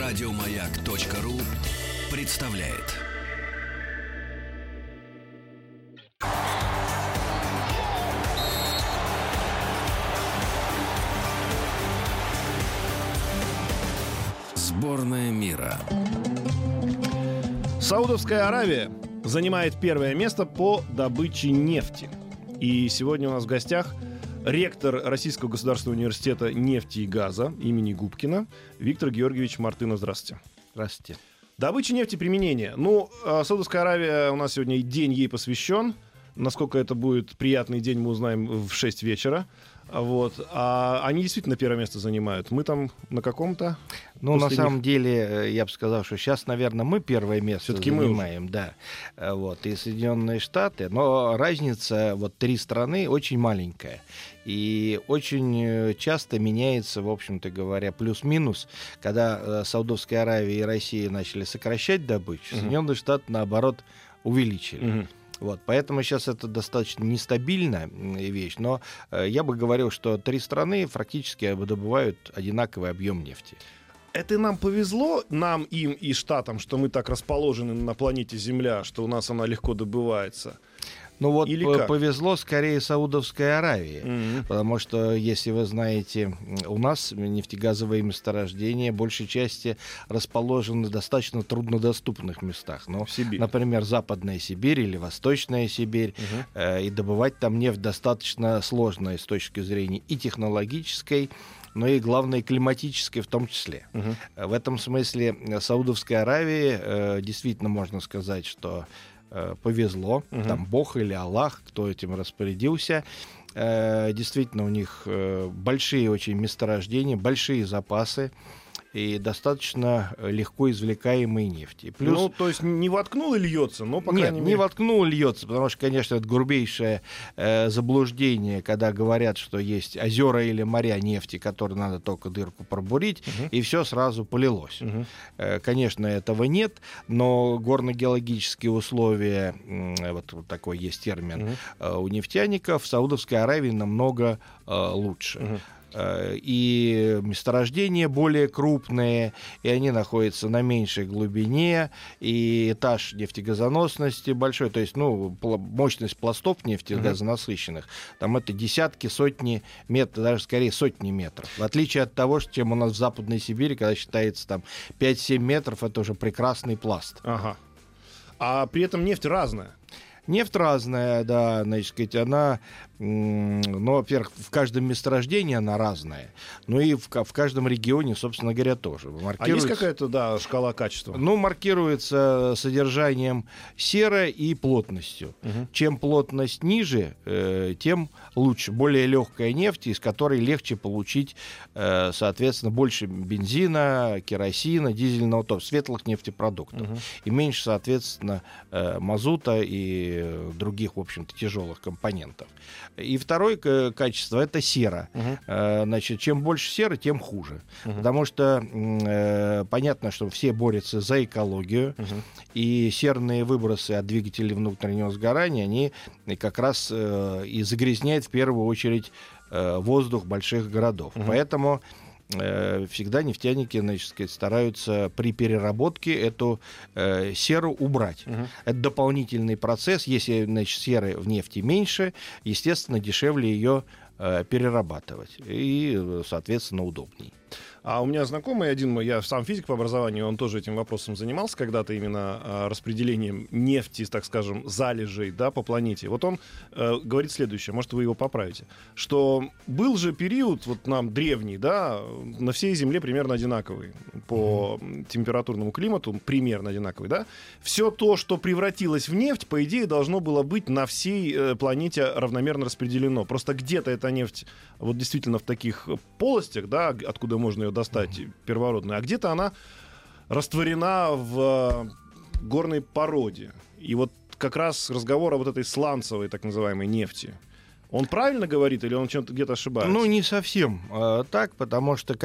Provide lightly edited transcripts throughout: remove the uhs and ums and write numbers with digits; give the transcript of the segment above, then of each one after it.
Радиомаяк.ру представляет. Сборная мира. Саудовская Аравия занимает первое место по добыче нефти. И сегодня у нас в гостях ректор Российского государственного университета нефти и газа имени Губкина Виктор Георгиевич Мартынов. Здравствуйте. Здравствуйте. Добыча нефти, применение. Саудовская Аравия, у нас сегодня день ей посвящен. Насколько это будет приятный день, мы узнаем в 6 вечера. А они действительно первое место занимают. Мы там на каком-то... На самом деле, я бы сказал, что сейчас, наверное, мы первое место Всё-таки занимаем. Да. И Соединенные Штаты. Но разница, три страны очень маленькая. И очень часто меняется, в общем-то говоря, плюс-минус. Когда Саудовская Аравия и Россия начали сокращать добычу, Соединенные Штаты, наоборот, увеличили. Поэтому сейчас это достаточно нестабильная вещь, но я бы говорил, что три страны практически добывают одинаковый объем нефти. Это нам повезло, нам, им и Штатам, что мы так расположены на планете Земля, что у нас она легко добывается. Повезло скорее Саудовской Аравии, потому что, если вы знаете, у нас нефтегазовые месторождения большей части расположены в достаточно труднодоступных местах. Например, Западная Сибирь или Восточная Сибирь, и добывать там нефть достаточно сложно с точки зрения и технологической, но и, главное, климатической в том числе. В этом смысле Саудовской Аравии действительно можно сказать, что повезло, там Бог или Аллах, кто этим распорядился. Действительно, у них большие очень месторождения, большие запасы и достаточно легко извлекаемые нефти. Плюс... то есть не воткнул и льется, но по крайней мере... не воткнул и льется, потому что, конечно, это грубейшее заблуждение, когда говорят, что есть озера или моря нефти, которые надо только дырку пробурить, и все сразу полилось. Конечно, этого нет, но горно-геологические условия, такой есть термин, у нефтяников в Саудовской Аравии намного лучше. И месторождения более крупные, и они находятся на меньшей глубине, и этаж нефтегазоносности большой, то есть, мощность пластов нефтегазонасыщенных, там это десятки, сотни метров, даже скорее сотни метров. В отличие от того, чем у нас в Западной Сибири, когда считается там 5-7 метров, это уже прекрасный пласт. А при этом нефть разная. Нефть разная, да, она, во-первых, в каждом месторождении она разная, и в каждом регионе, собственно говоря, тоже. А есть какая-то, шкала качества? Маркируется содержанием серы и плотностью. Чем плотность ниже, тем лучше. Более легкая нефть, из которой легче получить, соответственно, больше бензина, керосина, дизельного топлива, светлых нефтепродуктов. И меньше, соответственно, мазута и других, в общем-то, тяжелых компонентов. И второе качество — это сера. Чем больше серы, тем хуже. Потому что понятно, что все борются за экологию, и серные выбросы от двигателей внутреннего сгорания, они как раз и загрязняют в первую очередь воздух больших городов. Поэтому всегда нефтяники, стараются при переработке эту серу убрать. Это дополнительный процесс. Если, серы в нефти меньше, естественно, дешевле ее перерабатывать. И, соответственно, удобней. А у меня знакомый один мой, я сам физик по образованию, он тоже этим вопросом занимался когда-то, именно распределением нефти, так скажем, залежей, по планете. Он говорит следующее, может, вы его поправите, что был же период, нам древний, на всей Земле примерно одинаковый по температурному климату, примерно одинаковый, Все то, что превратилось в нефть, по идее, должно было быть на всей планете равномерно распределено. Просто где-то эта нефть действительно в таких полостях, откуда можно ее достать, первородную, а где-то она растворена в горной породе. И как раз разговор о этой сланцевой, так называемой, нефти. Он правильно говорит или он где-то ошибается? Не совсем так, потому что,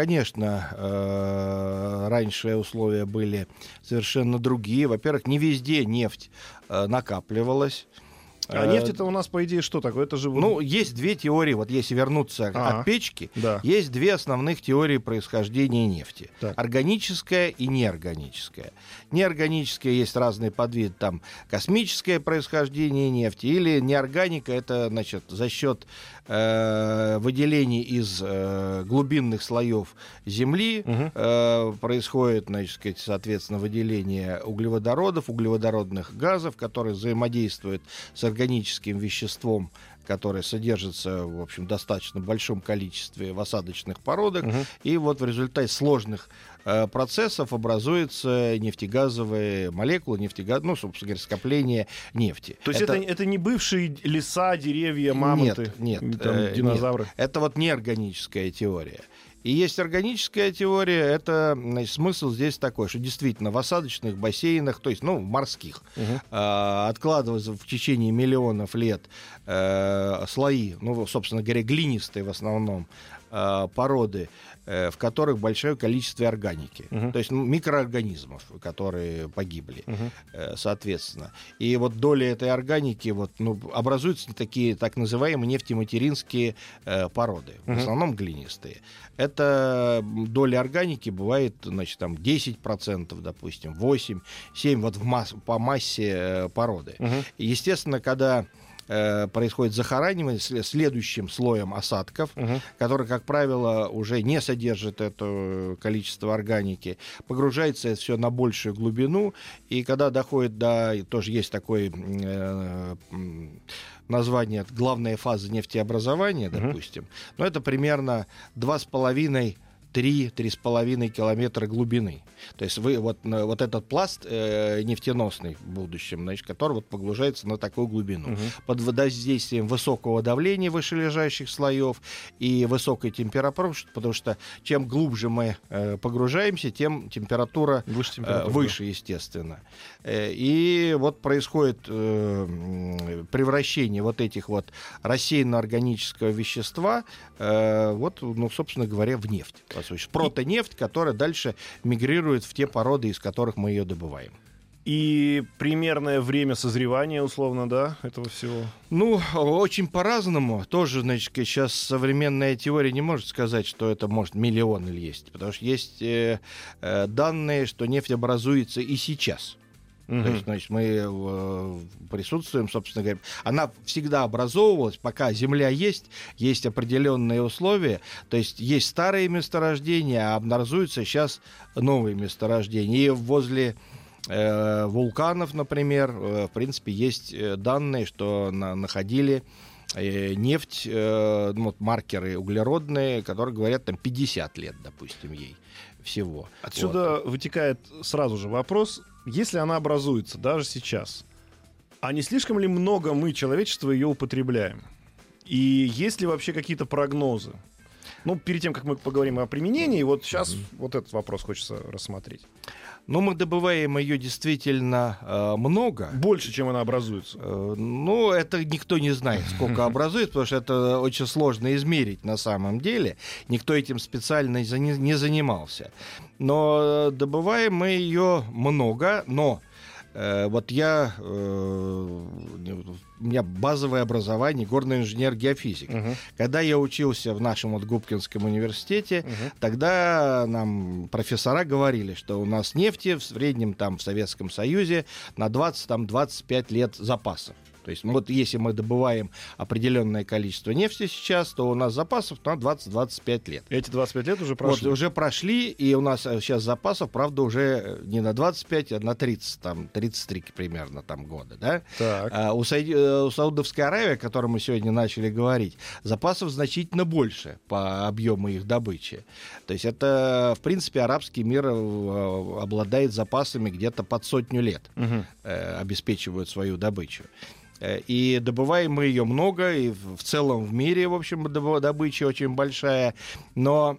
конечно, раньше условия были совершенно другие. Во-первых, не везде нефть накапливалась. А нефть это у нас, по идее, что такое? Это же... Ну, есть две теории, вот если вернуться от печки, есть две основных теории происхождения нефти. Так. Органическая и неорганическая. Неорганическая есть разные подвиды, там космическое происхождение нефти, или неорганика, это, значит, за счет выделений из глубинных слоев Земли происходит, значит, соответственно, выделение углеводородов, углеводородных газов, которые взаимодействуют с органическим веществом, которое содержится, в общем, в достаточно большом количестве в осадочных породах. И вот в результате сложных процессов образуются нефтегазовые молекулы, ну, собственно говоря, скопление нефти. То есть это не бывшие леса, деревья, мамонты, нет, динозавры? Нет. Это вот неорганическая теория. И есть органическая теория, это, значит, смысл здесь такой, что действительно в осадочных бассейнах, то есть, ну, морских, откладываются в течение миллионов лет слои, ну, собственно говоря, глинистые в основном породы, в которых большое количество органики, то есть микроорганизмов, которые погибли, соответственно. И вот доля этой органики вот, ну, образуются такие так называемые нефтематеринские породы, в основном глинистые. Это доля органики бывает, значит, там 10%, допустим, 8%, 7% вот по массе породы. И, естественно, когда происходит захоранивание следующим слоем осадков, который, как правило, уже не содержит это количество органики, погружается это все на большую глубину, и когда доходит до... Тоже есть такое название «главная фаза нефтеобразования», допустим, но это примерно 3,5 километра глубины. То есть вот этот пласт нефтеносный в будущем, значит, который вот погружается на такую глубину. Под воздействием высокого давления вышележащих слоев и высокой температуры, потому что чем глубже мы погружаемся, тем температура выше, естественно. И вот происходит превращение вот этих вот рассеянно-органического вещества, вот, ну, собственно говоря, в нефть. Протонефть, которая дальше мигрирует в те породы, из которых мы ее добываем. И примерное время созревания, условно, да, этого всего? Ну, очень по-разному. Тоже, значит, сейчас современная теория не может сказать, что это может миллион или есть. Потому что есть данные, что нефть образуется и сейчас. То есть, значит, мы присутствуем, собственно говоря. Она всегда образовывалась, пока Земля есть определенные условия. То есть есть старые месторождения, а образуются сейчас новые месторождения. И возле вулканов, например, в принципе, есть данные, что находили нефть, вот, маркеры углеродные, которые говорят, там, 50 лет, допустим, ей всего. Отсюда вытекает сразу же вопрос, если она образуется даже сейчас, а не слишком ли много мы, человечество, ее употребляем? И есть ли вообще какие-то прогнозы? Ну, перед тем, как мы поговорим о применении, вот сейчас вот этот вопрос хочется рассмотреть. Ну, мы добываем ее действительно много. Больше, чем она образуется. Ну, это никто не знает, сколько образуется, потому что это очень сложно измерить на самом деле. Никто этим специально не занимался. Но добываем мы ее много, но вот у меня базовое образование, горный инженер-геофизик. Когда я учился в нашем вот Губкинском университете, тогда нам профессора говорили, что у нас нефти в среднем там в Советском Союзе на 20-25 лет запасов. То есть, вот если мы добываем определенное количество нефти сейчас, то у нас запасов на 20-25 лет. Эти 25 лет уже прошли? Вот, уже прошли, и у нас сейчас запасов, правда, уже не на 25, а на 30, там, 33 примерно там, года. Да? Так. У Саудовской Аравии, о которой мы сегодня начали говорить, запасов значительно больше по объему их добычи. То есть это, в принципе, арабский мир обладает запасами где-то под 100 лет, обеспечивают свою добычу. И добываем мы ее много, и в целом в мире, в общем, добыча очень большая. Но,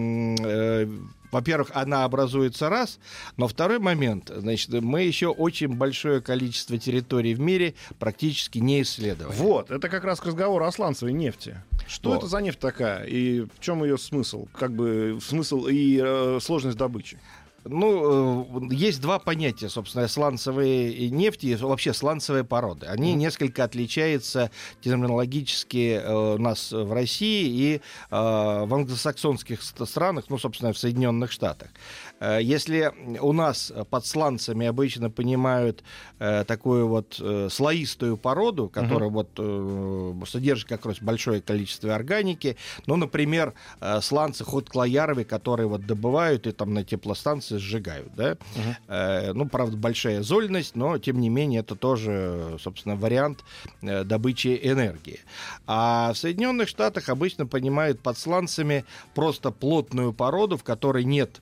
во-первых, она образуется раз, но второй момент, значит, мы еще очень большое количество территорий в мире практически не исследовали. Вот, это как раз к разговору о сланцевой нефти. Что это за нефть такая, и в чем ее смысл? Как бы смысл и сложность добычи? Есть два понятия, собственно, сланцевой нефти и вообще сланцевые породы. Они несколько отличаются терминологически у нас в России и в англосаксонских странах, собственно, в Соединенных Штатах. Если у нас под сланцами обычно понимают такую вот слоистую породу, которая содержит как раз большое количество органики, например, сланцы ход-клояровые, которые добывают и там на теплостанции сжигают, да? Правда, большая зольность, но, тем не менее, это тоже, собственно, вариант добычи энергии. А в Соединенных Штатах обычно понимают под сланцами просто плотную породу, в которой нет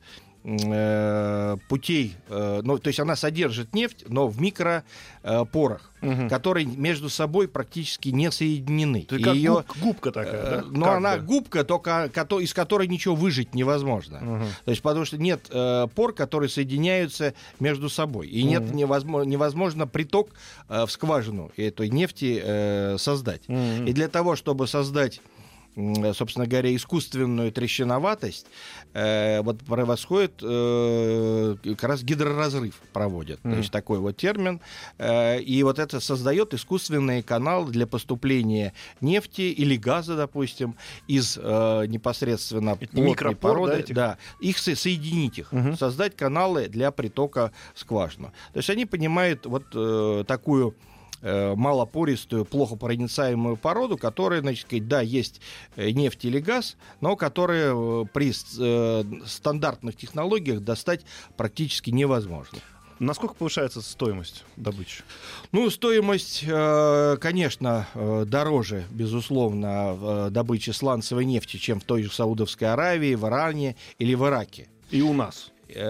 путей, то есть она содержит нефть, но в микропорах, которые между собой практически не соединены. То есть как губка такая, да? Она губка, только из которой ничего выжать невозможно. То есть потому что нет пор, которые соединяются между собой. И невозможно приток в скважину этой нефти создать. И для того, чтобы создать, собственно говоря, искусственную трещиноватость, происходит как раз гидроразрыв проводят. То есть такой вот термин. И это создает искусственные каналы для поступления нефти или газа, допустим, из непосредственно плотной породы. Да, соединить их, создать каналы для притока в скважину. То есть они понимают такую малопористую, плохо проницаемую породу, которая, есть нефть или газ, но которая при стандартных технологиях достать практически невозможно. Насколько повышается стоимость добычи? Стоимость, конечно, дороже, безусловно, добычи сланцевой нефти, чем в той же Саудовской Аравии, в Иране или в Ираке. И у нас?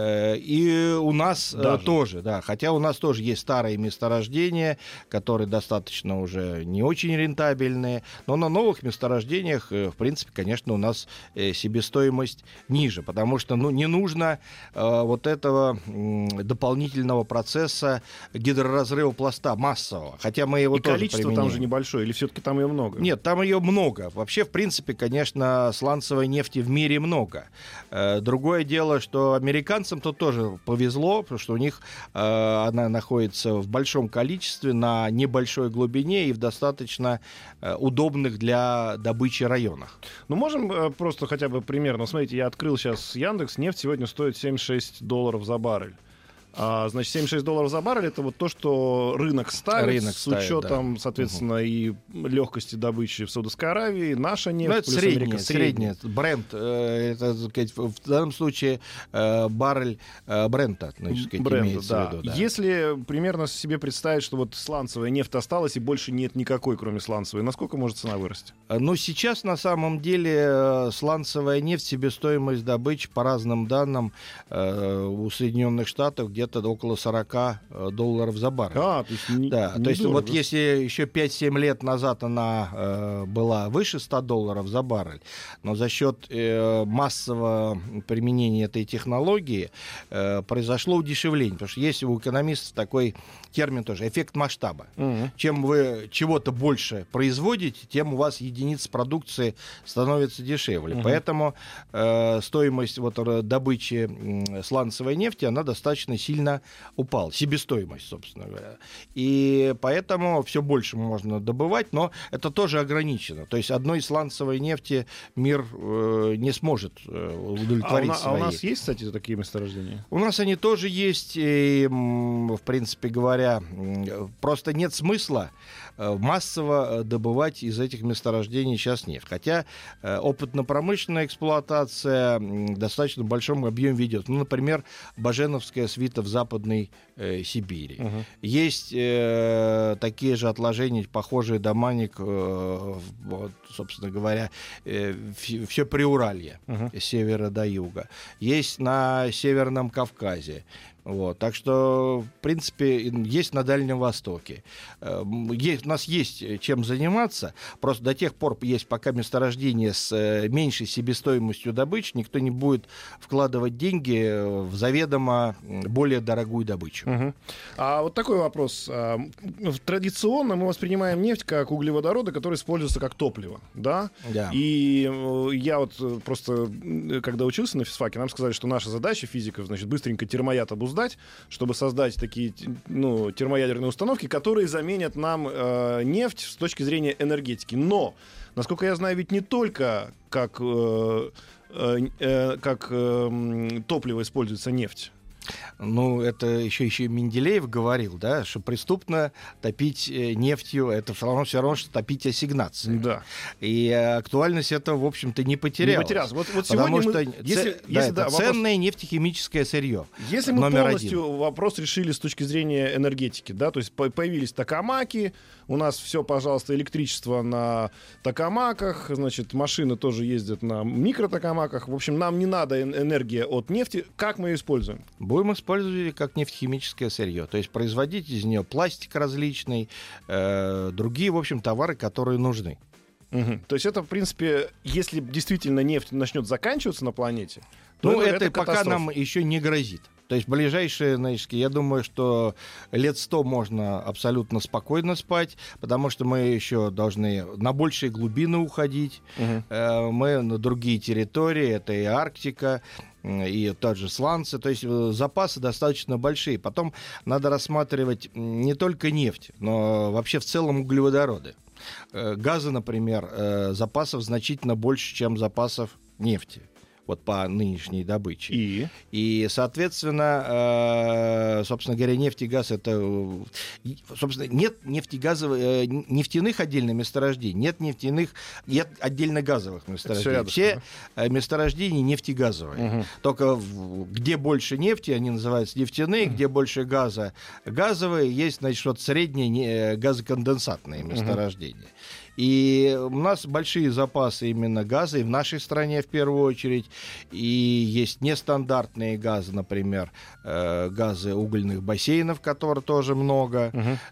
И у нас тоже, да. Хотя у нас тоже есть старые месторождения, которые достаточно уже не очень рентабельные. Но на новых месторождениях, в принципе, конечно, у нас себестоимость ниже. Потому что не нужно этого дополнительного процесса гидроразрыва пласта массового. Хотя мы его и тоже количество применяем. Там же небольшое, или все-таки там ее много? Нет, там ее много. Вообще, в принципе, конечно, сланцевой нефти в мире много. Другое дело, что американцам тут тоже повезло, потому что у них она находится в большом количестве, на небольшой глубине и в достаточно удобных для добычи районах. Можем просто хотя бы примерно. Смотрите, я открыл сейчас Яндекс. Нефть сегодня стоит $76 за баррель. Значит, $76 за баррель — это то, что рынок ставит, с учетом, соответственно, и легкости добычи в Саудовской Аравии. Наша нефть это плюс средняя. Бренд, это, в данном случае баррель Брента, имеется в виду. Да. Если примерно себе представить, что сланцевая нефть осталась и больше нет никакой, кроме сланцевой, насколько может цена вырасти? Сейчас на самом деле сланцевая нефть, себестоимость добычи, по разным данным, у Соединенных Штатов где-то около $40 за баррель. То есть если еще 5-7 лет назад она была выше $100 за баррель, но за счет массового применения этой технологии произошло удешевление. Потому что есть у экономистов такой термин тоже — эффект масштаба. Чем вы чего-то больше производите, тем у вас единиц продукции становится дешевле. Поэтому стоимость добычи сланцевой нефти, она достаточно сильно упала. Себестоимость, собственно говоря. И поэтому все больше можно добывать, но это тоже ограничено. То есть одной сланцевой нефти мир не сможет удовлетворить своей. У нас есть, кстати, такие месторождения? У нас они тоже есть. И, в принципе говоря, просто нет смысла массово добывать из этих месторождений сейчас нефть. Хотя опытно-промышленная эксплуатация в достаточно большом объеме ведет. Например, Баженовская свита в Западной Сибири. Есть такие же отложения, похожие до Маник, собственно говоря, все Приуралье, с севера до юга. Есть на Северном Кавказе. Вот, так что, в принципе, есть на Дальнем Востоке. У нас есть чем заниматься. Просто до тех пор, пока месторождение с меньшей себестоимостью добычи, никто не будет вкладывать деньги в заведомо более дорогую добычу. Угу. А вот такой вопрос. Традиционно мы воспринимаем нефть как углеводороды, которые используются как топливо. Да? Да. И я вот просто, когда учился на физфаке, нам сказали, что наша задача физиков, значит, быстренько термояд обуздать, чтобы создать такие термоядерные установки, которые заменят нам нефть с точки зрения энергетики. Но, насколько я знаю, ведь не только как топливо используется нефть. Ну, это еще Менделеев говорил, да, что преступно топить нефтью, это все равно, что топить ассигнацией. Да. И актуальность этого, в общем-то, не потерялась. Не потерялась. Вот потому что это ценное нефтехимическое сырье. Если мы полностью вопрос решили с точки зрения энергетики, да, то есть появились токамаки, у нас все, пожалуйста, электричество на токамаках, значит, машины тоже ездят на микротокамаках. В общем, нам не надо энергия от нефти. Как мы ее используем? Будем использовать как нефтехимическое сырье. То есть производить из нее пластик различный, другие, в общем, товары, которые нужны. Угу. То есть это, в принципе, если действительно нефть начнет заканчиваться на планете, то это пока нам еще не грозит. То есть ближайшие, значит, я думаю, что лет 100 можно абсолютно спокойно спать, потому что мы еще должны на большие глубины уходить. Мы на другие территории, это и Арктика, и тот же сланцы, то есть запасы достаточно большие. Потом надо рассматривать не только нефть, но вообще в целом углеводороды. Газа, например, запасов значительно больше, чем запасов нефти. Вот по нынешней добыче. И соответственно, собственно говоря, нефть и газ это... Собственно, нет нефтяных отдельно месторождений, нет отдельно газовых месторождений. Все месторождения нефтегазовые. Угу. Только где больше нефти, они называются нефтяные, где больше газа газовые, есть, значит, вот средние газоконденсатные месторождения. И у нас большие запасы именно газа, и в нашей стране в первую очередь. И есть нестандартные газы, например, газы угольных бассейнов, которых тоже много,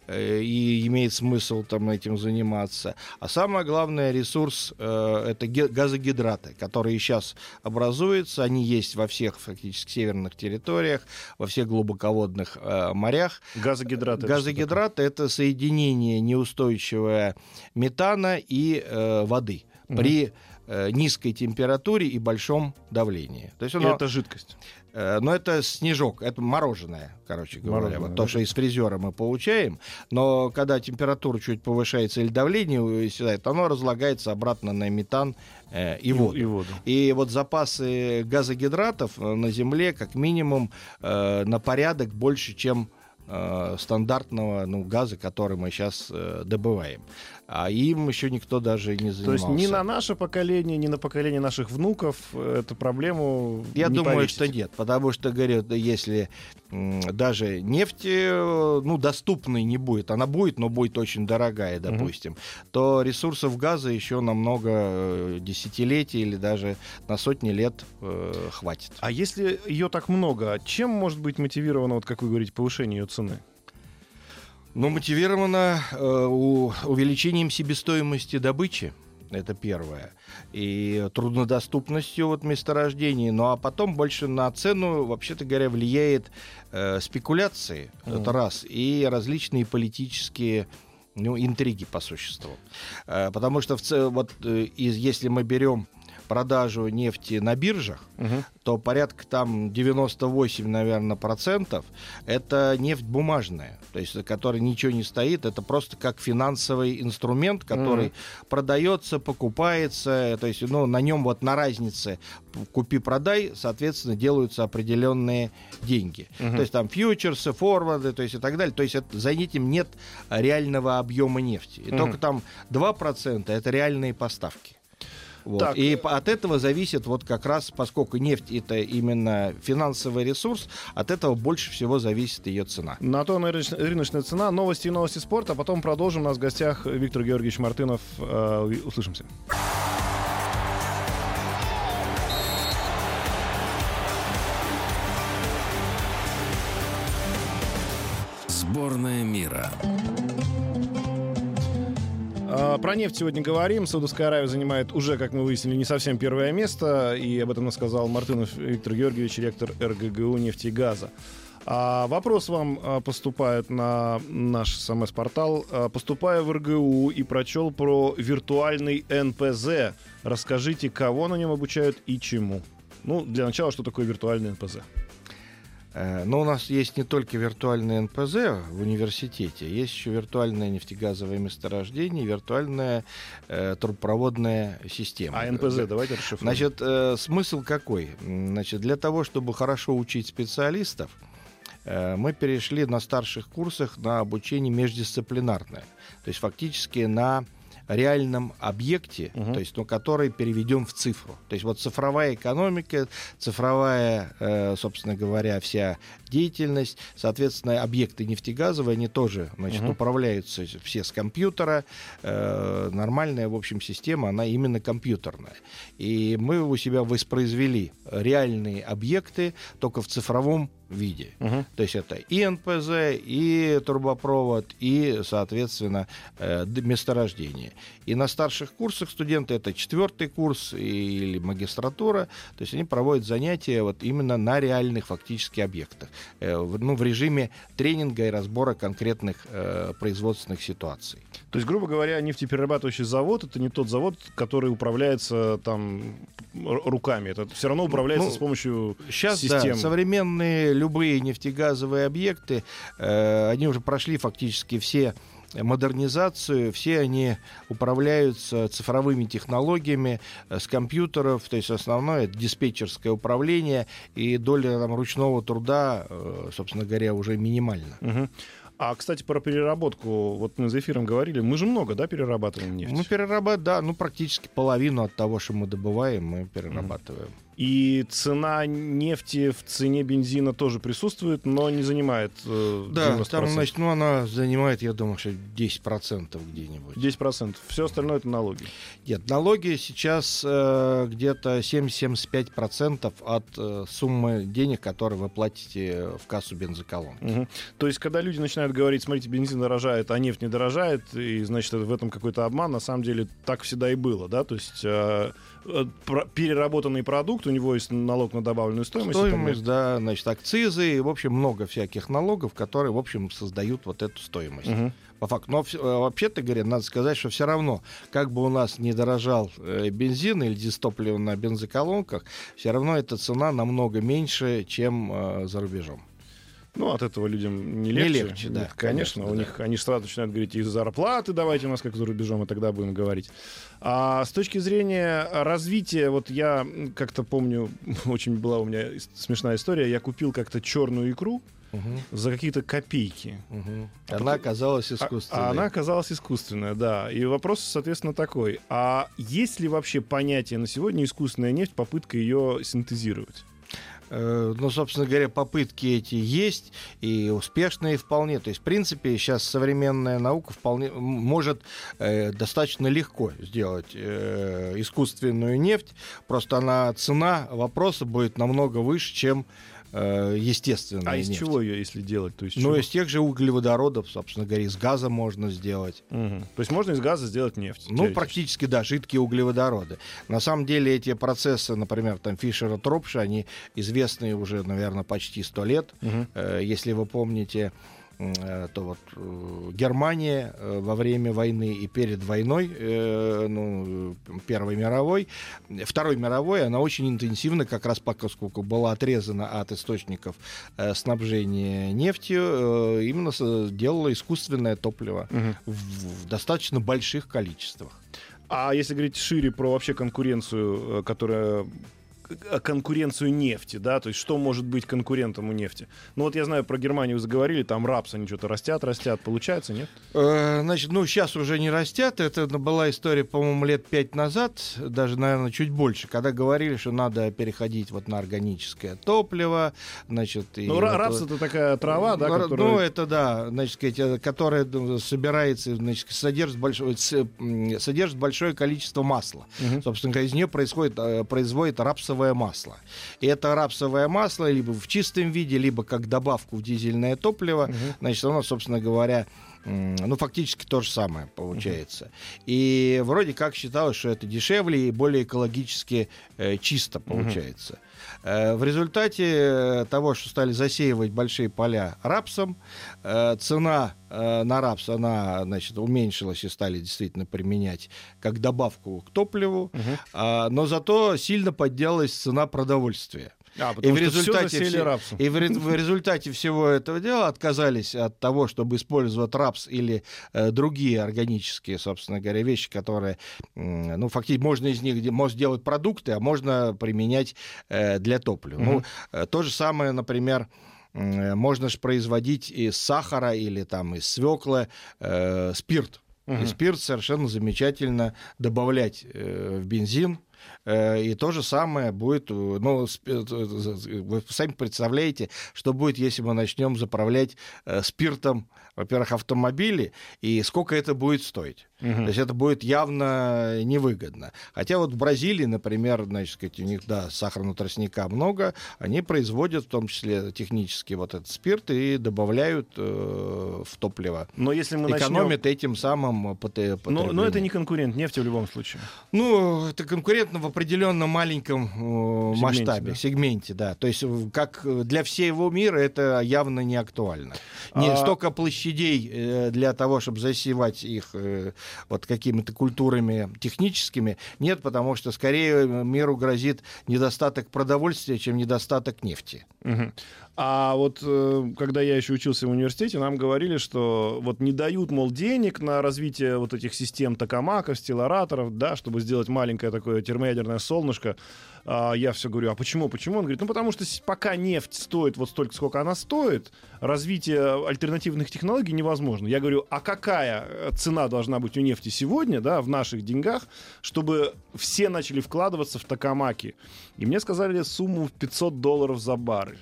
и имеет смысл там этим заниматься. А самое главное, ресурс это газогидраты, которые сейчас образуются. Они есть во всех фактически северных территориях, во всех глубоководных морях. Газогидраты — это соединение неустойчивое метана и воды при низкой температуре и большом давлении. То есть это жидкость. Но это снежок, это мороженое, короче говоря. Вот то, что из фрезера мы получаем. Но когда температура чуть повышается или давление седает, оно разлагается обратно на метан и воду. И вот запасы газогидратов на Земле как минимум на порядок больше, чем стандартного газа, который мы сейчас добываем. А им еще никто даже не занимался. То есть ни на наше поколение, ни на поколение наших внуков эту проблему я не думаю, повесить. что нет. Потому что, говорю, если даже нефть доступной не будет, она будет, но будет очень дорогая, допустим, то ресурсов газа еще на много десятилетий или даже на сотни лет хватит. А если ее так много, чем может быть мотивировано, вот как вы говорите, повышение ее цены? Ну, мотивировано увеличением себестоимости добычи. Это первое. И труднодоступностью месторождений. Ну, а потом больше на цену, вообще-то говоря, влияет спекуляции. Это раз. И различные политические интриги по существу. Потому что если мы берем продажу нефти на биржах, то порядка там 98, наверное, процентов это нефть бумажная, то есть которой ничего не стоит, это просто как финансовый инструмент, который продается, покупается, то есть на нем на разнице купи-продай, соответственно, делаются определенные деньги. То есть там фьючерсы, форварды, то есть и так далее. То есть за этим нет реального объема нефти. И только там 2% это реальные поставки. Вот. И от этого зависит как раз, поскольку нефть это именно финансовый ресурс, от этого больше всего зависит ее цена. На то рыночная цена. Новости и новости спорта. А потом продолжим. У нас в гостях Виктор Георгиевич Мартынов. Услышимся. Сборная мира. Про нефть сегодня говорим. Саудовская Аравия занимает уже, как мы выяснили, не совсем первое место. И об этом рассказал Мартынов Виктор Георгиевич, ректор РГГУ «Нефти и газа». Вопрос вам поступает на наш СМС-портал. Поступая в РГУ и прочел про виртуальный НПЗ. Расскажите, кого на нем обучают и чему? Ну, для начала, что такое виртуальный НПЗ? Но у нас есть не только виртуальное НПЗ в университете, есть еще виртуальное нефтегазовое месторождение, виртуальная трубопроводная система. А НПЗ давайте расшифруем. Значит, смысл какой? Значит, для того, чтобы хорошо учить специалистов, мы перешли на старших курсах на обучение междисциплинарное. То есть фактически на реальном объекте, то есть, который переведен в цифру. То есть вот цифровая экономика, цифровая, собственно говоря, вся деятельность, соответственно, объекты нефтегазовые, они тоже, значит, управляются все с компьютера. Нормальная, в общем, система, она именно компьютерная. И мы у себя воспроизвели реальные объекты только в цифровом виде. То есть это и НПЗ, и трубопровод, и, соответственно, месторождение. И на старших курсах студенты, это 4-й курс или магистратура, то есть они проводят занятия вот именно на реальных фактически объектах, в режиме тренинга и разбора конкретных производственных ситуаций. То есть, грубо говоря, нефтеперерабатывающий завод — это не тот завод, который управляется там руками. Это все равно управляется с помощью сейчас, систем. Да, современные любые нефтегазовые объекты, они уже прошли фактически все модернизацию, все они управляются цифровыми технологиями, с компьютеров, то есть основное это диспетчерское управление, и доля там ручного труда, собственно говоря, уже минимальна. А, кстати, про переработку, вот мы за эфиром говорили, мы же много, да, перерабатываем нефть? Мы перерабатываем, да, практически половину от того, что мы добываем, мы перерабатываем. И цена нефти в цене бензина тоже присутствует, но не занимает 90%. Да, там, значит, она занимает, я думаю, что 10% где-нибудь. 10%. Все остальное — это налоги. Нет, налоги сейчас где-то 70-75% от суммы денег, которые вы платите в кассу бензоколонки. То есть, когда люди начинают говорить, смотрите, бензин дорожает, а нефть не дорожает, и, значит, в этом какой-то обман, на самом деле так всегда и было, да? То есть переработанный продукт, у него есть налог на добавленную стоимость. Стоимость, да, значит, акцизы, и, в общем, много всяких налогов, которые, в общем, создают вот эту стоимость. По факту. Но вообще-то говоря, надо сказать, что все равно, как бы у нас не дорожал бензин или дизтопливо на бензоколонках, все равно эта цена намного меньше, чем за рубежом. Ну, от этого людям не легче. Не легче, да. Нет, конечно, у них они сразу начинают говорить, из зарплаты давайте у нас как за рубежом, и тогда будем говорить. А с точки зрения развития, вот я как-то помню, очень была у меня смешная история, я купил как-то черную икру за какие-то копейки. Она оказалась искусственной. Она оказалась искусственная, да. И вопрос, соответственно, такой. А есть ли вообще понятие на сегодня искусственная нефть, попытка ее синтезировать? Ну, собственно говоря, попытки эти есть, и успешные вполне. То есть, в принципе, сейчас современная наука вполне может достаточно легко сделать искусственную нефть. Просто цена вопроса будет намного выше, чем естественная нефть. А из нефть. чего ее, если делать? То есть, ну, из тех же углеводородов, собственно говоря, из газа можно сделать. То есть можно из газа сделать нефть? Ну, практически, да, жидкие углеводороды. На самом деле эти процессы, например, там Фишера-Тропша, они известны уже, наверное, почти 100 лет. Если вы помните, то вот Германия во время войны и перед войной, Первой мировой, Второй мировой, она очень интенсивно, как раз поскольку была отрезана от источников снабжения нефтью, именно делала искусственное топливо в достаточно больших количествах. А если говорить шире про вообще конкуренцию, конкуренцию нефти, да, то есть что может быть конкурентом у нефти? Ну вот я знаю, про Германию вы заговорили, там рапс, они что-то растят, получается, нет? Значит, сейчас уже не растят, это была история, по-моему, лет 5 назад, даже, наверное, чуть больше, когда говорили, что надо переходить вот на органическое топливо, значит... Ну, рапс — это такая трава, да, которая... Ну, это, да, значит, которая собирается, значит, содержит большое количество масла. Собственно говоря, из нее производит рапсовое рапсовое масло. И это рапсовое масло либо в чистом виде, либо как добавку в дизельное топливо. Значит, оно, собственно говоря, фактически то же самое получается. И вроде как считалось, что это дешевле и более экологически чисто получается. В результате того, что стали засеивать большие поля рапсом, цена на рапс, она, значит, уменьшилась и стали действительно применять как добавку к топливу, но зато сильно поднялась цена продовольствия. И в результате всего этого дела отказались от того, чтобы использовать рапс или другие органические, собственно говоря, вещи, которые, фактически можно из них сделать продукты, а можно применять для топлива. То же самое, например, можно же производить из сахара или там из свеклы спирт. И спирт совершенно замечательно добавлять в бензин. И то же самое будет, вы сами представляете, что будет, если мы начнем заправлять спиртом, во-первых, автомобили, и сколько это будет стоить. То есть это будет явно невыгодно. Хотя вот в Бразилии, например, значит, у них, сахарного тростника много, они производят в том числе технически вот этот спирт и добавляют в топливо. Но если мы экономят этим самым потребление. Но это не конкурент нефти в любом случае. Это конкурент в определенном маленьком масштабе, сегменте, да. То есть как для всего мира это явно не актуально. Не столько площадей для того, чтобы засевать их вот какими-то культурами техническими, нет, потому что скорее миру грозит недостаток продовольствия, чем недостаток нефти. А вот когда я еще учился в университете, нам говорили, что вот не дают, мол, денег на развитие вот этих систем токамаков, стеллараторов, да, чтобы сделать маленькое такое термоядерное солнышко. Я все говорю, а почему? Почему? Он говорит, потому что пока нефть стоит вот столько, сколько она стоит, развитие альтернативных технологий невозможно. Я говорю, а какая цена должна быть у нефти сегодня, да, в наших деньгах, чтобы все начали вкладываться в токамаки? И мне сказали сумму в $500 за баррель.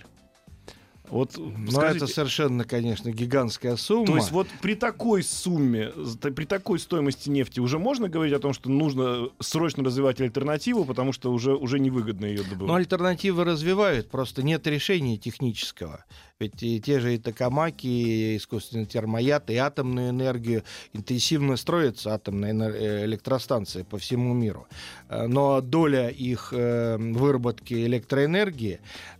Вот, это совершенно, конечно, гигантская сумма. То есть вот при такой сумме, при такой стоимости нефти уже можно говорить о том, что нужно срочно развивать альтернативу, потому что уже невыгодно ее добывать? Но альтернативы развивают, просто нет решения технического. Ведь и те же и токамаки, и искусственный термояд, и атомную энергию интенсивно строятся атомные электростанции по всему миру. Но доля их выработки электроэнергии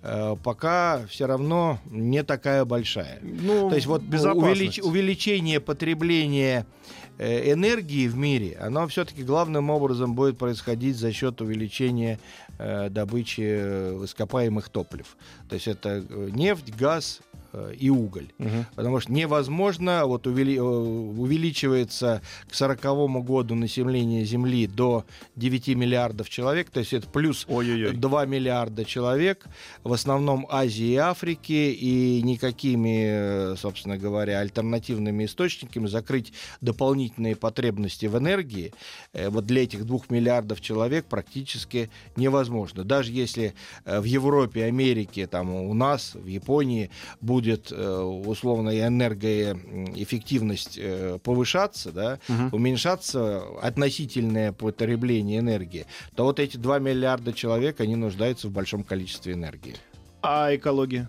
пока все равно не такая большая. То есть вот увеличение потребления энергии в мире, оно все-таки главным образом будет происходить за счет увеличения добычи ископаемых топлив. То есть это нефть, газ и уголь. Потому что невозможно, вот увеличивается к 40-му году население Земли до 9 миллиардов человек, то есть это плюс 2 миллиарда человек, в основном Азии и Африки, и никакими, собственно говоря, альтернативными источниками закрыть дополнительные потребности в энергии вот для этих 2 миллиардов человек практически невозможно. Даже если в Европе, Америке, там, у нас, в Японии будет условно энергоэффективность повышаться, да, уменьшаться относительное потребление энергии, то вот эти 2 миллиарда человек, они нуждаются в большом количестве энергии. А экология?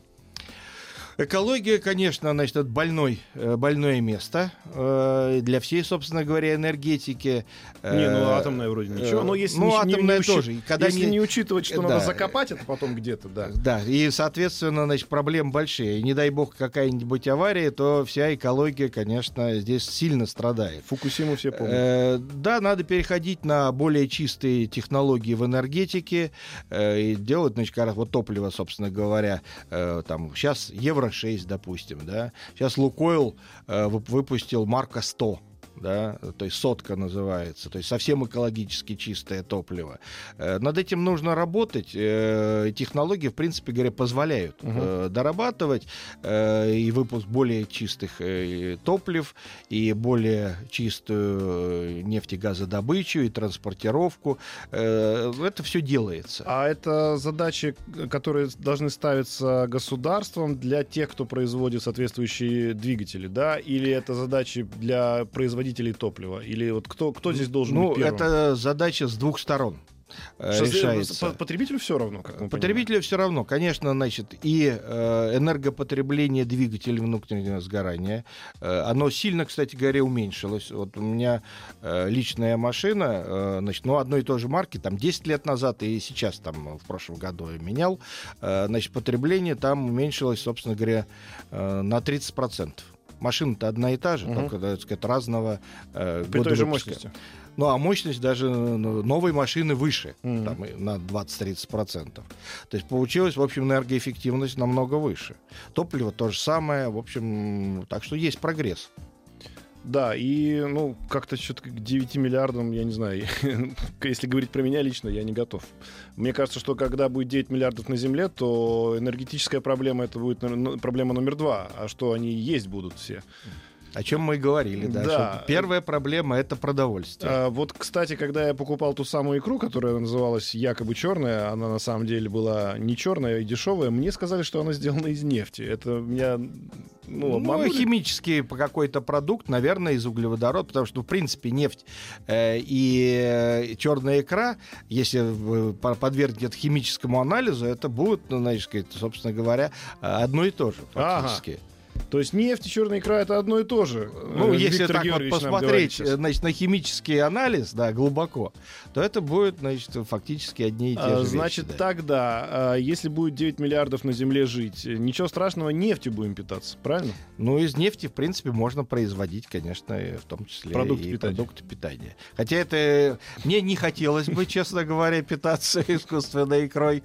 Экология, конечно, значит, это больное место для всей, собственно говоря, энергетики. Атомная вроде ничего. Но если атомная тоже. Если не учитывать, что надо закопать это потом где-то, да. Да, и, соответственно, значит, проблемы большие. И не дай бог какая-нибудь авария, то вся экология, конечно, здесь сильно страдает. Фукусиму все помнят. Да, надо переходить на более чистые технологии в энергетике и делать, значит, вот топливо, собственно говоря, там сейчас Евро-6, допустим, да. Сейчас Лукойл выпустил марка 100. Да, то есть сотка называется, то есть совсем экологически чистое топливо. Над этим нужно работать. Технологии, в принципе говоря, позволяют дорабатывать и выпуск более чистых топлив, и более чистую нефтегазодобычу, и транспортировку. Это все делается. А это задачи, которые должны ставиться государством для тех, кто производит соответствующие двигатели, да? Или это задачи для производителей топлива? Или вот кто здесь должен быть первым? Это задача с двух сторон. решается. Потребителю все равно, как мы Потребителю все равно, конечно, значит, и энергопотребление двигателей внутреннего сгорания, оно сильно, кстати говоря, уменьшилось. Вот у меня личная машина, значит, ну, одной и той же марки, там, 10 лет назад и сейчас, там, в прошлом году я менял, значит, потребление там уменьшилось, собственно говоря, на 30%. Машина-то одна и та же, только, так сказать, разного года при той же выпуска. мощности. Ну, а мощность даже новой машины выше, там, на 20-30%. То есть получилась, в общем, энергоэффективность намного выше. Топливо то же самое, в общем, так что есть прогресс. Да, и, ну, как-то что-то к 9 миллиардам, я не знаю, если говорить про меня лично, я не готов. Мне кажется, что когда будет 9 миллиардов на Земле, то энергетическая проблема, это будет проблема номер 2, а что они есть будут все. О чем мы и говорили, да. Да. Первая проблема — это продовольствие. Вот, кстати, когда я покупал ту самую икру, которая называлась якобы черная, она на самом деле была не черная и дешевая, мне сказали, что она сделана из нефти. Это меня... Ну, химический какой-то продукт, наверное, из углеводорода, потому что, в принципе, нефть и черная икра, если подвергнуть это химическому анализу, это будет, значит, собственно говоря, одно и то же фактически. Ага. То есть нефть и черная икра — это одно и то же. Ну, если так вот посмотреть, значит, на химический анализ, да, глубоко, то это будет, значит, фактически одни и те же вещи. Значит, да. Тогда, если будет 9 миллиардов на Земле жить, ничего страшного, нефтью будем питаться, правильно? Ну, из нефти, в принципе, можно производить, конечно, в том числе продукты питания. Хотя это мне не хотелось бы, честно говоря, питаться искусственной икрой.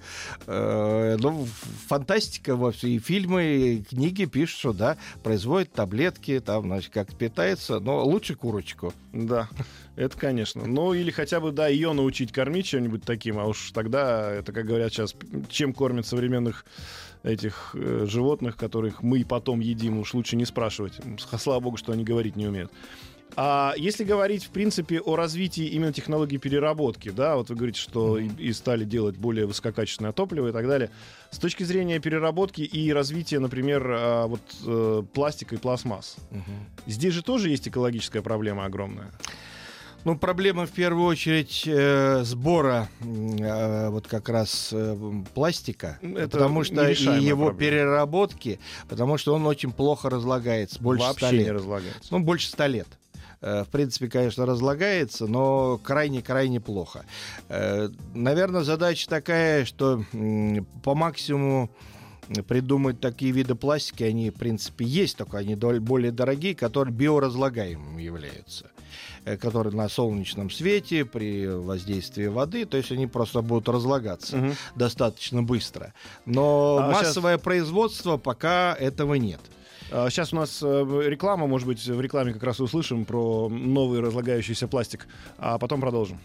Ну, фантастика вовсе. И фильмы, и книги пишут, что, да, производят таблетки, там, значит, как питается, но лучше курочку. Да, это, конечно. Ну, или хотя бы, да, ее научить кормить чем-нибудь таким, а уж тогда, это, как говорят сейчас, чем кормят современных этих животных, которых мы потом едим, уж лучше не спрашивать. Слава богу, что они говорить не умеют. А если говорить, в принципе, о развитии именно технологий переработки, да, вот вы говорите, что и стали делать более высококачественное топливо и так далее, с точки зрения переработки и развития, например, пластика и пластмасс, здесь же тоже есть экологическая проблема огромная. Ну, проблема в первую очередь сбора вот как раз пластика, это потому что и его проблема. Переработки, потому что он очень плохо разлагается, больше 100 Вообще лет. не разлагается. Ну, больше 100 лет. В принципе, конечно, разлагается, но крайне-крайне плохо. Наверное, задача такая, что по максимуму придумать такие виды пластики, они, в принципе, есть, только они более дорогие, которые биоразлагаемыми являются, которые на солнечном свете, при воздействии воды, то есть они просто будут разлагаться достаточно быстро. Но массовое производство пока этого нет. Сейчас у нас реклама, может быть, в рекламе как раз услышим про новый разлагающийся пластик, а потом продолжим.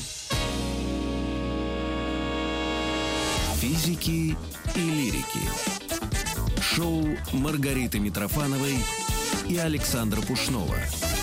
Физики и лирики. Шоу Маргариты Митрофановой и Александра Пушнова.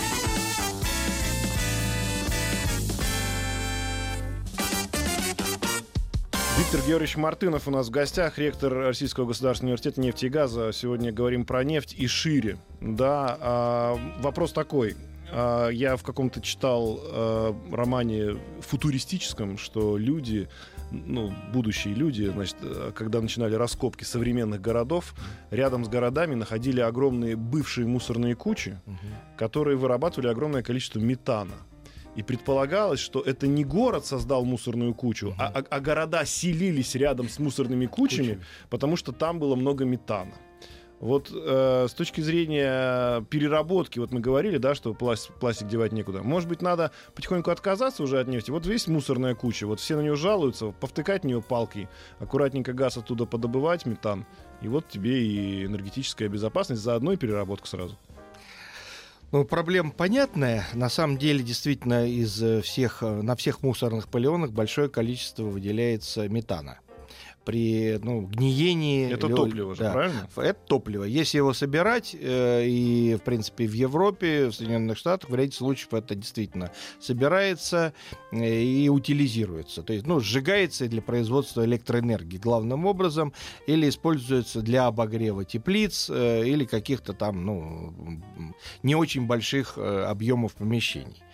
Виктор Георгиевич Мартынов у нас в гостях, ректор Российского государственного университета нефти и газа. Сегодня говорим про нефть и шире. Да, вопрос такой. Я в каком-то читал романе футуристическом, что люди, ну, будущие люди, значит, когда начинали раскопки современных городов, рядом с городами находили огромные бывшие мусорные кучи, которые вырабатывали огромное количество метана. И предполагалось, что это не город создал мусорную кучу, а города селились рядом с мусорными кучами, потому что там было много метана. Вот с точки зрения переработки, вот мы говорили, да, что пластик девать некуда. Может быть, надо потихоньку отказаться уже от нефти. Вот есть мусорная куча, вот все на нее жалуются, повтыкать в нее палки, аккуратненько газ оттуда подобывать, метан, и вот тебе и энергетическая безопасность, заодно и переработка сразу. Ну, проблема понятная. На самом деле, действительно, на всех мусорных полигонах большое количество выделяется метана. При гниении... Это топливо же, да, правильно? Это топливо. Если его собирать, и, в принципе, в Европе, в Соединенных Штатах, в ряде случаев это действительно собирается и утилизируется. То есть, сжигается для производства электроэнергии главным образом, или используется для обогрева теплиц, или каких-то там, не очень больших объемов помещений.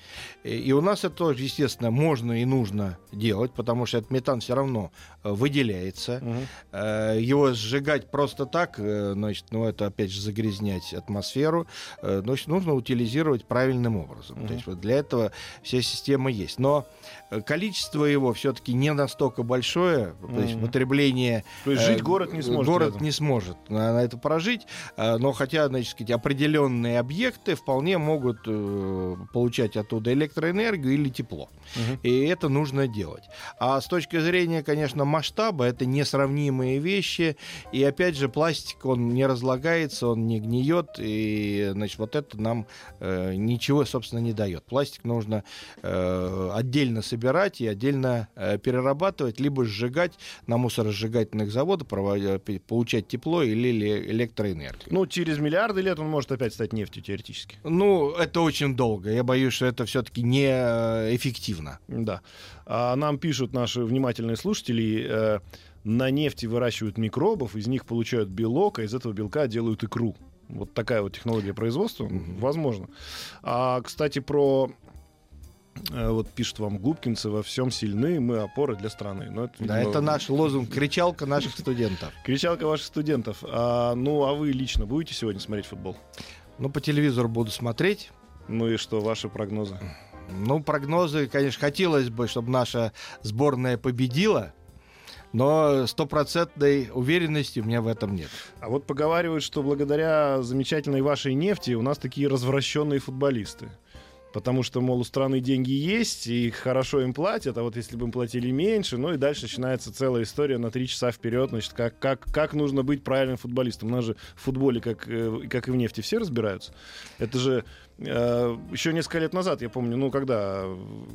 И у нас это тоже, естественно, можно и нужно делать, потому что этот метан все равно выделяется. Его сжигать просто так, значит, это опять же загрязнять атмосферу, значит, нужно утилизировать правильным образом. То есть вот для этого вся система есть. Но количество его все-таки не настолько большое, то есть потребление... То есть жить город не сможет. Город не сможет на это прожить, но хотя, значит, сказать, определенные объекты вполне могут получать оттуда электроэнергию или тепло. И это нужно делать. А с точки зрения, конечно, масштаба, это несравнимые вещи. И опять же, пластик, он не разлагается, он не гниет. И, значит, вот это нам ничего, собственно, не дает. Пластик нужно отдельно собирать и отдельно перерабатывать, либо сжигать на мусоросжигательных заводах, получать тепло или электроэнергию. Ну, через миллиарды лет он может опять стать нефтью теоретически. Ну, это очень долго. Я боюсь, что это все-таки неэффективно. Да. А нам пишут наши внимательные слушатели, на нефти выращивают микробов, из них получают белок, а из этого белка делают икру. Вот такая вот технология производства, возможно. А, кстати, вот пишут вам губкинцы: во всем сильны, мы опоры для страны. Но это, видимо, да, это наш лозунг, кричалка наших студентов. Кричалка ваших студентов. А вы лично будете сегодня смотреть футбол? Ну, по телевизору буду смотреть. Ну и что, ваши прогнозы? Ну, прогнозы, конечно, хотелось бы, чтобы наша сборная победила, но стопроцентной уверенности у меня в этом нет. А вот поговаривают, что благодаря замечательной вашей нефти у нас такие развращенные футболисты. Потому что, мол, у страны деньги есть, и хорошо им платят, а вот если бы им платили меньше, ну и дальше начинается целая история на 3 часа вперед, значит, как нужно быть правильным футболистом. У нас же в футболе, как и в нефти, все разбираются. Это же еще несколько лет назад, я помню, когда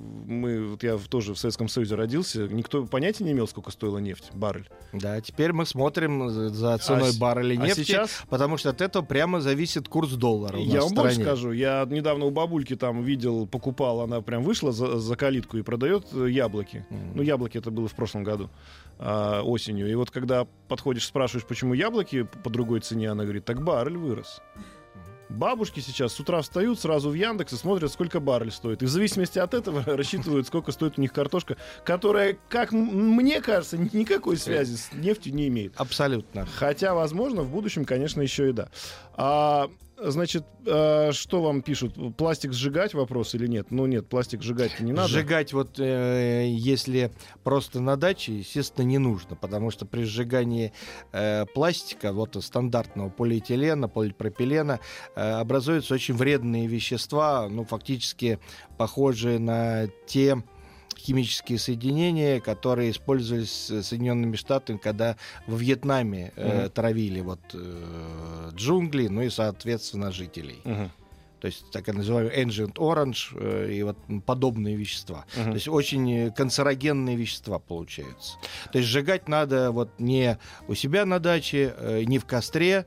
я тоже в Советском Союзе родился, никто понятия не имел, сколько стоила нефть, баррель. Да, теперь мы смотрим за ценой барреля нефти, сейчас... потому что от этого прямо зависит курс доллара у нас я в вам стране. больше скажу, я недавно у бабульки там видел, покупал, она прям вышла за калитку и продает яблоки. Ну, яблоки это было в прошлом году, осенью. И вот когда подходишь, спрашиваешь, почему яблоки по другой цене, она говорит: так баррель вырос. Бабушки сейчас с утра встают, сразу в Яндекс и смотрят, сколько баррель стоит. И в зависимости от этого рассчитывают, сколько стоит у них картошка, которая, как мне кажется, никакой связи с нефтью не имеет. Абсолютно. Хотя, возможно, в будущем, конечно, еще и да. Значит, что вам пишут? Пластик сжигать, вопрос или нет? Ну нет, пластик сжигать не надо. Сжигать вот если просто на даче, естественно, не нужно, потому что при сжигании пластика, вот стандартного полиэтилена, полипропилена, образуются очень вредные вещества, ну фактически похожие на те химические соединения, которые использовались Соединенными Штатами, когда во Вьетнаме травили джунгли, ну и, соответственно, жителей. То есть так называемый Agent Orange и вот подобные вещества. То есть очень канцерогенные вещества получаются. То есть сжигать надо вот не у себя на даче, не в костре,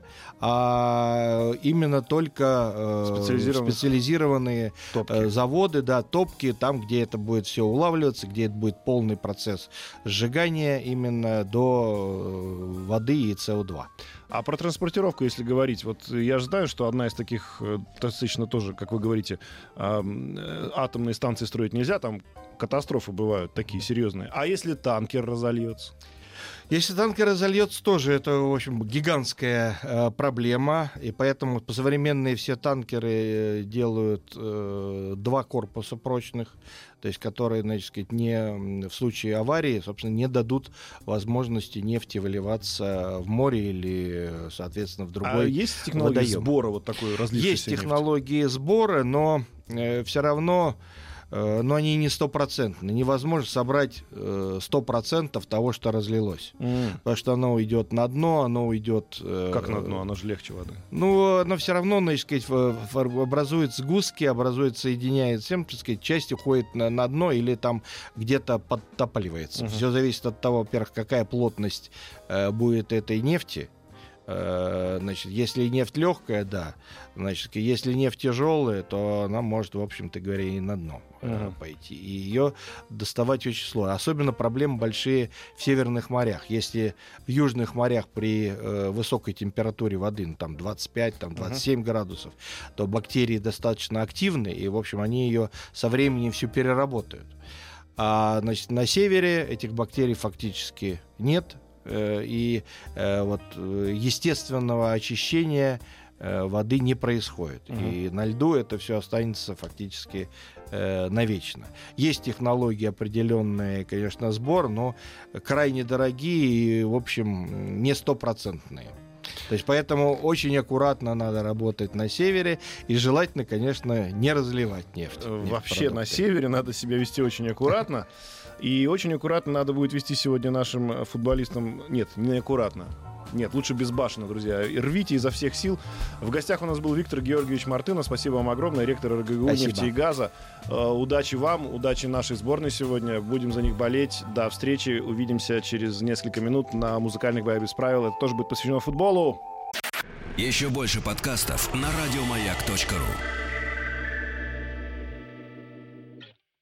а именно только специализированные заводы, да, топки, там, где это будет все улавливаться, где это будет полный процесс сжигания именно до воды и СО2. А про транспортировку, если говорить, вот я же знаю, что одна из таких достаточно тоже, как вы говорите, атомные станции строить нельзя, там катастрофы бывают такие серьезные. А если танкер разольется? Если танкер разольется, тоже это, в общем, гигантская проблема, и поэтому современные все танкеры делают 2 корпуса прочных, то есть которые, значит сказать, в случае аварии, собственно, не дадут возможности нефти выливаться в море или, соответственно, в другой водоем. А есть технологии сбора вот такой разлившейся нефти? Есть технологии сбора, но все равно... Но они не стопроцентные. Невозможно собрать 100% того, что разлилось. Потому что оно уйдет на дно, оно уйдет... Как на дно? Оно же легче воды. Ну, оно все равно, значит сказать, образует сгустки, образует, соединяет всем, так сказать, часть уходит на дно или там где-то подтапливается. Все зависит от того, во-первых, какая плотность будет этой нефти. Значит, если нефть легкая, да. Значит, если нефть тяжелая, то она может, в общем-то говоря, и на дно пойти. И ее доставать очень сложно. Особенно проблемы большие в северных морях. Если в южных морях при высокой температуре воды, ну, там 25, там 27 градусов, то бактерии достаточно активны, и, в общем, они ее со временем всю переработают. А, значит, на севере этих бактерий фактически нет, и вот естественного очищения воды не происходит. И на льду это все останется фактически навечно. Есть технологии определенные, конечно, сбор, но крайне дорогие и, в общем, не стопроцентные. То есть поэтому очень аккуратно надо работать на севере и желательно, конечно, не разливать нефть. Вообще на севере надо себя вести очень аккуратно. И очень аккуратно надо будет вести сегодня нашим футболистам... Нет, не аккуратно. Нет, лучше безбашенно, друзья. Рвите изо всех сил. В гостях у нас был Виктор Георгиевич Мартынов. Спасибо вам огромное. Ректор РГГУ нефти и газа. Удачи вам, удачи нашей сборной сегодня. Будем за них болеть. До встречи. Увидимся через несколько минут на музыкальных «Боях без правил». Это тоже будет посвящено футболу. Еще больше подкастов на радиомаяк.ру.